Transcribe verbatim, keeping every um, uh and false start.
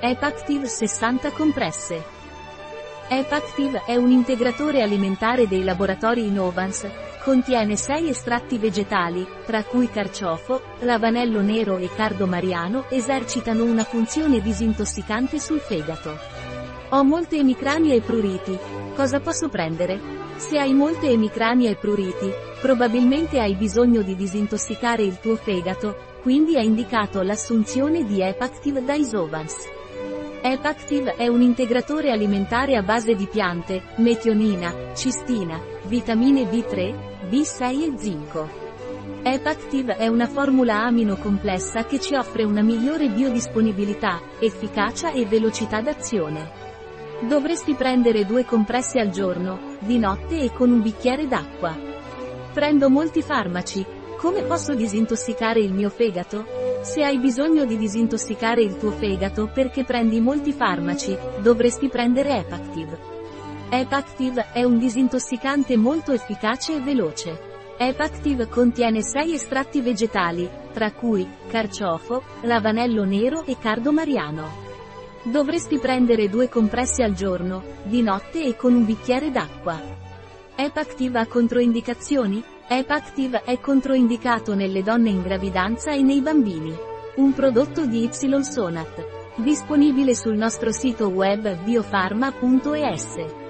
Epactive sessanta compresse. Epactive è un integratore alimentare dei laboratori Innovans. Contiene sei estratti vegetali, tra cui carciofo, ravanello nero e cardo mariano, esercitano una funzione disintossicante sul fegato. Ho molte emicranie e pruriti. Cosa posso prendere? Se hai molte emicranie e pruriti, probabilmente hai bisogno di disintossicare il tuo fegato, quindi è indicato l'assunzione di Epactive da Isovans. Epactive è un integratore alimentare a base di piante, metionina, cistina, vitamine B tre, B sei e zinco. Epactive è una formula amino complessa che ci offre una migliore biodisponibilità, efficacia e velocità d'azione. Dovresti prendere due compresse al giorno, di notte e con un bicchiere d'acqua. Prendo molti farmaci. Come posso disintossicare il mio fegato? Se hai bisogno di disintossicare il tuo fegato perché prendi molti farmaci, dovresti prendere Epactive. Epactive è un disintossicante molto efficace e veloce. Epactive contiene sei estratti vegetali, tra cui carciofo, ravanello nero e cardo mariano. Dovresti prendere due compresse al giorno, di notte e con un bicchiere d'acqua. Epactive ha controindicazioni? Epactive è controindicato nelle donne in gravidanza e nei bambini. Un prodotto di Ysonat. Disponibile sul nostro sito web biofarma punto es.